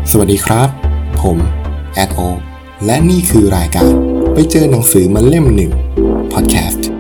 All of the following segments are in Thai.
สวัสดีครับผมแอดโอและนี่คือรายการไปเจอหนังสือมาเล่มหนึ่งพอดแคสต์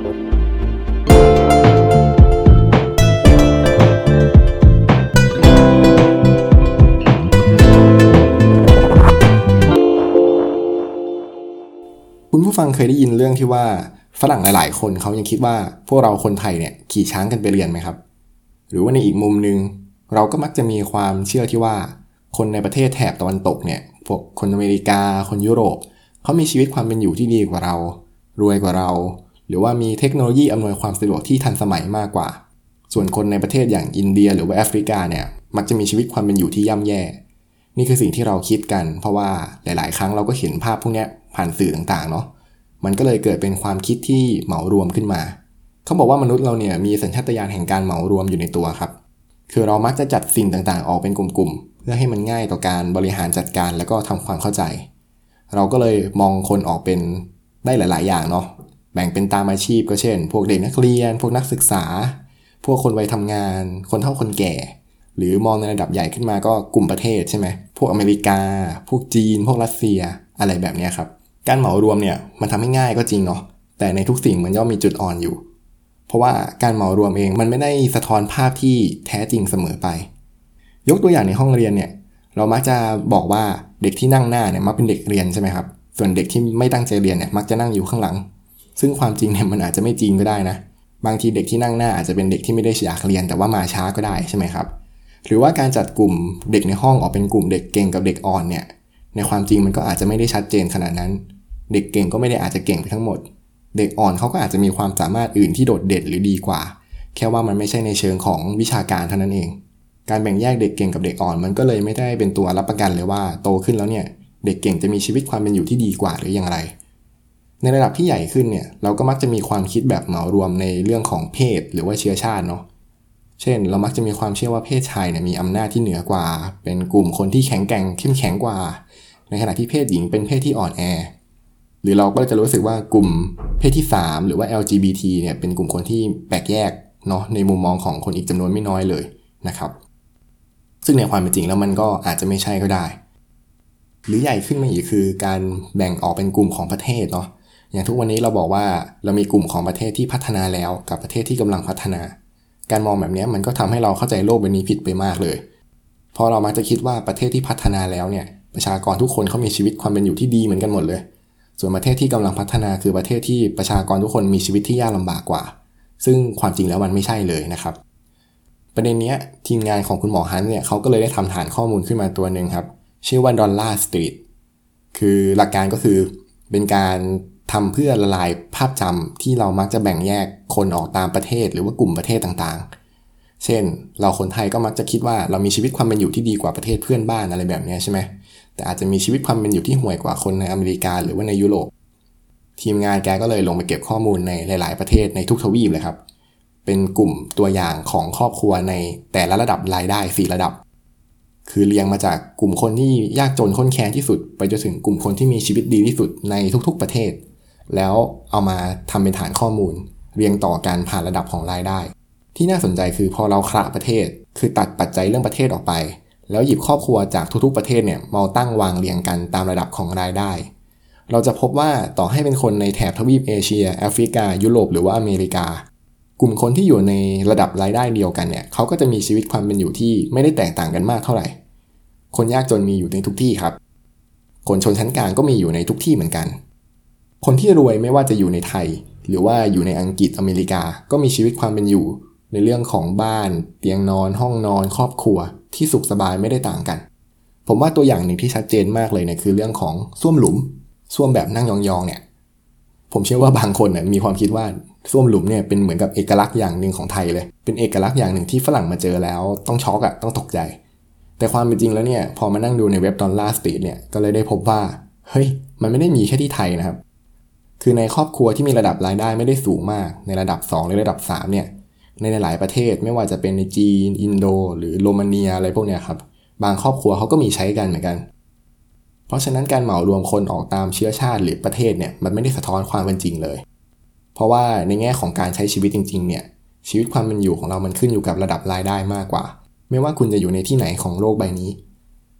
คุณผู้ฟังเคยได้ยินเรื่องที่ว่าฝรั่งหลายๆคนเขายังคิดว่าพวกเราคนไทยเนี่ยขี่ช้างกันไปเรียนไหมครับหรือว่าในอีกมุมนึงเราก็มักจะมีความเชื่อที่ว่าคนในประเทศแถบตะวันตกเนี่ยพวกคนอเมริกาคนยุโรปเขามีชีวิตความเป็นอยู่ที่ดีกว่าเรารวยกว่าเราหรือว่ามีเทคโนโลยีอำนวยความสะดวกที่ทันสมัยมากกว่าส่วนคนในประเทศอย่างอินเดียหรือว่าแอฟริกาเนี่ยมักจะมีชีวิตความเป็นอยู่ที่ย่ำแย่นี่คือสิ่งที่เราคิดกันเพราะว่าหลายๆครั้งเราก็เห็นภาพพวกนี้ผ่านสื่อต่างๆเนาะมันก็เลยเกิดเป็นความคิดที่เหมารวมขึ้นมาเขาบอกว่ามนุษย์เราเนี่ยมีสัญชาตญาณแห่งการเหมารวมอยู่ในตัวครับคือเรามักจะจัดสิ่งต่างๆออกเป็นกลุ่มๆเพื่อให้มันง่ายต่อการบริหารจัดการแล้วก็ทำความเข้าใจเราก็เลยมองคนออกเป็นได้หลายๆอย่างเนาะแบ่งเป็นตามอาชีพก็เช่นพวกเด็กนักเรียนพวกนักศึกษาพวกคนวัยทำงานคนเฒ่าคนแก่หรือมองในระดับใหญ่ขึ้นมาก็กลุ่มประเทศใช่ไหมพวกอเมริกาพวกจีนพวกรัสเซียอะไรแบบนี้ครับการเหมารวมเนี่ยมันทำให้ง่ายก็จริงเนาะแต่ในทุกสิ่งมันย่อมมีจุดอ่อนอยู่เพราะว่าการเหมารวมเองมันไม่ได้สะท้อนภาพที่แท้จริงเสมอไปยกตัวอย่างในห้องเรียนเนี่ยเรามักจะบอกว่าเด็กที่นั่งหน้าเนี่ยมักเป็นเด็กเรียนใช่ไหมครับส่วนเด็กที่ไม่ตั้งใจเรียนเนี่ยมักจะนั่งอยู่ข้างหลังซึ่งความจริงเนี่ยมันอาจจะไม่จริงก็ได้นะบางทีเด็กที่นั่งหน้าอาจจะเป็นเด็กที่ไม่ได้อยากเรียนแต่ว่ามาช้าก็ได้ใช่ไหมครับหรือว่าการจัดกลุ่มเด็กในห้องออกเป็นกลุ่มเด็กเก่งกับเด็กอ่อนเนี่ยในความจริงมันก็อาจจะไม่ได้ชัดเจนขนาดนั้นเด็กเก่งก็ไม่ได้อาจจะเก่งไปทั้งหมดเด็กอ่อนเขาก็อาจจะมีความสามารถอื่นที่โดดเด่นหรือดีกว่าแค่ว่ามันไม่ใช่ในเชิงของวิชาการเท่านั้นเองการแบ่งแยกเด็กเก่งกับเด็กอ่อนมันก็เลยไม่ได้เป็นตัวรับประกันเลยว่าโตขึ้นแล้วเนี่ยเด็กเก่งจะมีชีวิตความเป็นอยู่ที่ดีกว่าหรืออย่างไรในระดับที่ใหญ่ขึ้นเนี่ยเราก็มักจะมีความคิดแบบเหมารวมในเรื่องของเพศหรือว่าเชื้อชาติเนาะเช่นเรามักจะมีความเชื่อว่าเพศชายเนี่ยมีอำนาจที่เหนือกว่าเป็นกลุ่มคนที่แข็งแกร่งเข้มแข็งกว่าในขณะที่เพศหญิงเป็นเพศที่อ่อนแอหรือเราก็จะรู้สึกว่ากลุ่มเพศที่3หรือว่า LGBT เนี่ยเป็นกลุ่มคนที่แปลกแยกเนาะในมุมมองของคนอีกจำนวนไม่น้อยเลยนะครับซึ่งในความเป็นจริงแล้วมันก็อาจจะไม่ใช่ก็ได้หรือใหญ่ขึ้นมาอีกคือการแบ่งออกเป็นกลุ่มของประเทศเนาะอย่างทุกวันนี้เราบอกว่าเรามีกลุ่มของประเทศที่พัฒนาแล้วกับประเทศที่กำลังพัฒนาการมองแบบนี้มันก็ทำให้เราเข้าใจโลกใบนี้ผิดไปมากเลยเพราะเรามักจะคิดว่าประเทศที่พัฒนาแล้วเนี่ยประชากรทุกคนเขามีชีวิตความเป็นอยู่ที่ดีเหมือนกันหมดเลยส่วนประเทศที่กำลังพัฒนาคือประเทศที่ประชากรทุกคนมีชีวิตที่ยากลำบากกว่าซึ่งความจริงแล้วมันไม่ใช่เลยนะครับประเด็นนี้ทีมงานของคุณหมอฮันเนี่ยเขาก็เลยได้ทำฐานข้อมูลขึ้นมาตัวหนึ่งครับชื่อว่าดอลลาร์สตรีทคือหลักการก็คือเป็นการทำเพื่อละลายภาพจำที่เรามักจะแบ่งแยกคนออกตามประเทศหรือว่ากลุ่มประเทศต่างๆเช่นเราคนไทยก็มักจะคิดว่าเรามีชีวิตความเป็นอยู่ที่ดีกว่าประเทศเพื่อนบ้านอะไรแบบนี้ใช่ไหมแต่อาจจะมีชีวิตความเป็นอยู่ที่ห่วยกว่าคนในอเมริกาหรือว่าในยุโรปทีมงานแกก็เลยลงไปเก็บข้อมูลในหลายๆประเทศในทุกทวีปเลยครับเป็นกลุ่มตัวอย่างของครอบครัวในแต่ละระดับรายได้4ระดับคือเรียงมาจากกลุ่มคนที่ยากจนข้นแค้นที่สุดไปจนถึงกลุ่มคนที่มีชีวิตดีที่สุดในทุกๆประเทศแล้วเอามาทำเป็นฐานข้อมูลเรียงต่อกันผ่านระดับของรายได้ที่น่าสนใจคือพอเราคละประเทศคือตัดปัจจัยเรื่องประเทศออกไปแล้วหยิบครอบครัวจากทุกๆประเทศเนี่ยมาตั้งวางเรียงกันตามระดับของรายได้เราจะพบว่าต่อให้เป็นคนในแถบทวีปเอเชียแอฟริกายุโรปหรือว่าอเมริกากลุ่มคนที่อยู่ในระดับรายได้เดียวกันเนี่ยเขาก็จะมีชีวิตความเป็นอยู่ที่ไม่ได้แตกต่างกันมากเท่าไหร่คนยากจนมีอยู่ในทุกที่ครับคนชนชั้นกลางก็มีอยู่ในทุกที่เหมือนกันคนที่รวยไม่ว่าจะอยู่ในไทยหรือว่าอยู่ในอังกฤษอเมริกาก็มีชีวิตความเป็นอยู่ในเรื่องของบ้านเตียงนอนห้องนอนครอบครัวที่สุขสบายไม่ได้ต่างกันผมว่าตัวอย่างหนึ่งที่ชัดเจนมากเลยเนี่ยคือเรื่องของส้วมหลุมส้วมแบบนั่งยองๆเนี่ยผมเชื่อว่าบางคนเนี่ยมีความคิดว่าส้วมหลุมเนี่ยเป็นเหมือนกับเอกลักษณ์อย่างหนึ่งของไทยเลยเป็นเอกลักษณ์อย่างหนึ่งที่ฝรั่งมาเจอแล้วต้องช็อกต้องตกใจแต่ความเป็นจริงแล้วเนี่ยพอมานั่งดูในเว็บดอลลาร์สตรีทเนี่ยก็เลยได้พบว่าเฮ้ยมันไม่ได้มีแค่ที่ไทยนะครับคือในครอบครัวที่มีระดับรายได้ไม่ได้สูงมากในระดับ2หรือระดับ3เนี่ยในหลายประเทศไม่ว่าจะเป็นในจีนอินโดหรือโรมาเนียอะไรพวกเนี้ยครับบางครอบครัวเขาก็มีใช้กันเหมือนกันเพราะฉะนั้นการเหมารวมคนออกตามเชื้อชาติหรือประเทศเนี่ยมันไม่ได้สะท้อนความเป็นจริงเลยเพราะว่าในแง่ของการใช้ชีวิตจริงๆเนี่ยชีวิตความเป็นอยู่ของเรามันขึ้นอยู่กับระดับรายได้มากกว่าไม่ว่าคุณจะอยู่ในที่ไหนของโลกใบนี้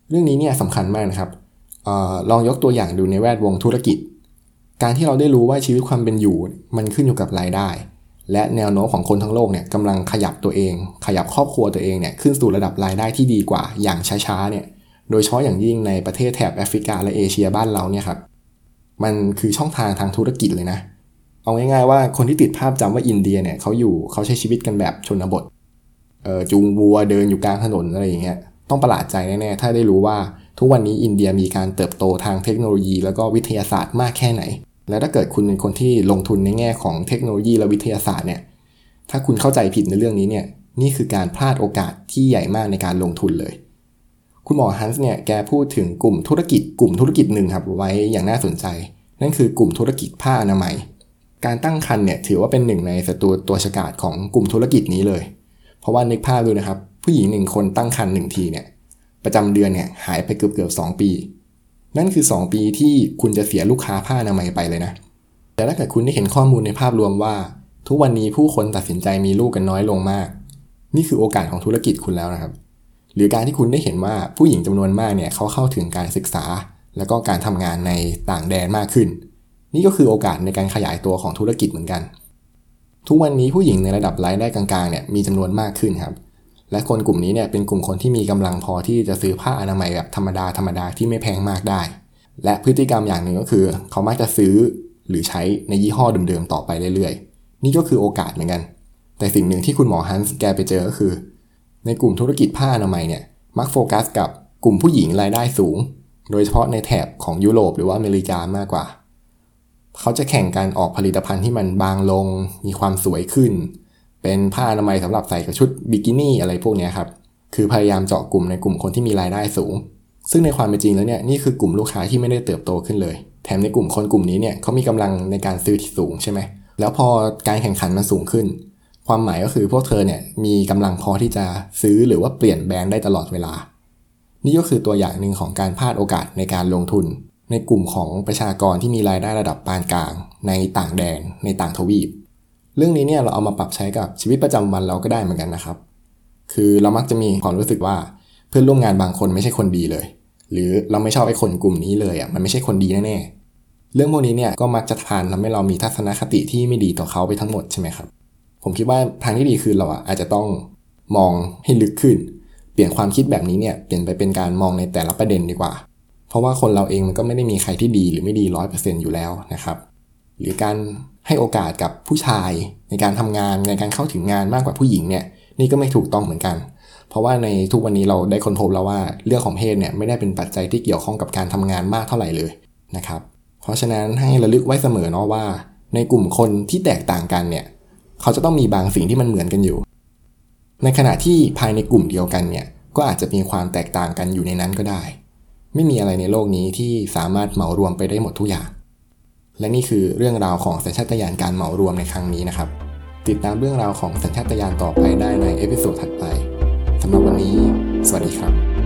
เรื่องนี้เนี่ยสำคัญมากนะครับลองยกตัวอย่างดูในแวดวงธุรกิจการที่เราได้รู้ว่าชีวิตความเป็นอยู่มันขึ้นอยู่กับรายได้และแนวโน้มของคนทั้งโลกเนี่ยกำลังขยับตัวเองขยับครอบครัวตัวเองเนี่ยขึ้นสู่ระดับรายได้ที่ดีกว่าอย่างช้าๆเนี่ยโดยเฉพาะอย่างยิ่งในประเทศแถบแอฟริกาและเอเชียบ้านเราเนี่ยครับมันคือช่องทางทางธุรกิจเลยนะเอาง่ายๆว่าคนที่ติดภาพจำว่าอินเดียเนี่ยเขาใช้ชีวิตกันแบบชนบทจูงวัวเดินอยู่กลางถนนอะไรอย่างเงี้ยต้องประหลาดใจแน่ๆถ้าได้รู้ว่าทุกวันนี้อินเดียมีการเติบโตทางเทคโนโลยีแล้วก็วิทยาศาสตร์มากแค่ไหนและถ้าเกิดคุณเป็นคนที่ลงทุนในแง่ของเทคโนโลยีและวิทยาศาสตร์เนี่ยถ้าคุณเข้าใจผิดในเรื่องนี้เนี่ยนี่คือการพลาดโอกาสที่ใหญ่มากในการลงทุนเลยคุณหมอฮันส์เนี่ยแกพูดถึงกลุ่มธุรกิจหนึ่งครับไว้อย่างน่าสนใจนั่นคือกลุ่มธุรกิจผ้าอนามัยการตั้งครรภ์เนี่ยถือว่าเป็นหนึ่งในศัตรูตัวฉกาจของกลุ่มธุรกิจนี้เลยเพราะว่านึกภาพดูนะครับผู้หญิง1คนตั้งครรภ์1ทีเนี่ยประจำเดือนเนี่ยหายไปเกือบ2 ปีนั่นคือ2 ปีที่คุณจะเสียลูกค้าผ้าอนามัยไปเลยนะแต่ถ้าเกิดคุณได้เห็นข้อมูลในภาพรวมว่าทุกวันนี้ผู้คนตัดสินใจมีลูกกันน้อยลงมากนี่คือโอกาสของธุรกิจคุณแล้วนะครับหรือการที่คุณได้เห็นว่าผู้หญิงจำนวนมากเนี่ยเขาเข้าถึงการศึกษาแล้วก็การทำงานในต่างแดนมากขึ้นนี่ก็คือโอกาสในการขยายตัวของธุรกิจเหมือนกันทุกวันนี้ผู้หญิงในระดับรายได้กลางๆเนี่ยมีจำนวนมากขึ้นครับและคนกลุ่มนี้เนี่ยเป็นกลุ่มคนที่มีกำลังพอที่จะซื้อผ้าอนามัยแบบธรรมดาที่ไม่แพงมากได้และพฤติกรรมอย่างหนึ่งก็คือเขามักจะซื้อหรือใช้ในยี่ห้อเดิมๆต่อไปเรื่อยๆนี่ก็คือโอกาสเหมือนกันแต่สิ่งหนึ่งที่คุณหมอฮันส์แกไปเจอก็คือในกลุ่มธุรกิจผ้าอนามัยเนี่ยมักโฟกัสกับกลุ่มผู้หญิงรายได้สูงโดยเฉพาะในแถบของยุโรปหรือว่าอเมริกามากกว่าเขาจะแข่งกันออกผลิตภัณฑ์ที่มันบางลงมีความสวยขึ้นเป็นผ้าอนามัยสำหรับใส่กับชุดบิกินี่อะไรพวกนี้ครับคือพยายามเจาะกลุ่มในกลุ่มคนที่มีรายได้สูงซึ่งในความเป็นจริงแล้วเนี่ยนี่คือกลุ่มลูกค้าที่ไม่ได้เติบโตขึ้นเลยแถมในกลุ่มคนกลุ่มนี้เนี่ยเขามีกำลังในการซื้อที่สูงใช่ไหมแล้วพอการแข่งขันมันสูงขึ้นความหมายก็คือพวกเธอเนี่ยมีกำลังพอที่จะซื้อหรือว่าเปลี่ยนแบรนด์ได้ตลอดเวลานี่ก็คือตัวอย่างหนึ่งของการพลาดโอกาสในการลงทุนในกลุ่มของประชากรที่มีรายได้ระดับปานกลางในต่างแดนในต่างทวีปเรื่องนี้เนี่ยเราเอามาปรับใช้กับชีวิตประจำวันเราก็ได้เหมือนกันนะครับคือเรามักจะมีความรู้สึกว่าเพื่อนร่วมงานบางคนไม่ใช่คนดีเลยหรือเราไม่ชอบไอ้คนกลุ่มนี้เลยมันไม่ใช่คนดีแน่ๆเรื่องพวกนี้เนี่ยก็มักจะทำให้เรามีทัศนคติที่ไม่ดีต่อเขาไปทั้งหมดใช่ไหมครับผมคิดว่าทางที่ดีคือเราอาจจะต้องมองให้ลึกขึ้นเปลี่ยนความคิดแบบนี้เนี่ยเปลี่ยนไปเป็นการมองในแต่ละประเด็นดีกว่าเพราะว่าคนเราเองมันก็ไม่ได้มีใครที่ดีหรือไม่ดี 100% อยู่แล้วนะครับหรือการให้โอกาสกับผู้ชายในการทำงานในการเข้าถึงงานมากกว่าผู้หญิงเนี่ยนี่ก็ไม่ถูกต้องเหมือนกันเพราะว่าในทุกวันนี้เราได้ค้นพบแล้วว่าเรื่องของเพศเนี่ยไม่ได้เป็นปัจจัยที่เกี่ยวข้องกับการทำงานมากเท่าไหร่เลยนะครับเพราะฉะนั้นให้ระลึกไว้เสมอเนาะว่าในกลุ่มคนที่แตกต่างกันเนี่ยเขาจะต้องมีบางสิ่งที่มันเหมือนกันอยู่ในขณะที่ภายในกลุ่มเดียวกันเนี่ยก็อาจจะมีความแตกต่างกันอยู่ในนั้นก็ได้ไม่มีอะไรในโลกนี้ที่สามารถเหมารวมไปได้หมดทุกอย่างและนี่คือเรื่องราวของสัญชาตญาณการเหมารวมในครั้งนี้นะครับติดตามเรื่องราวของสัญชาตญาณต่อไปได้ในเอพิโซดถัดไปสำหรับวันนี้สวัสดีครับ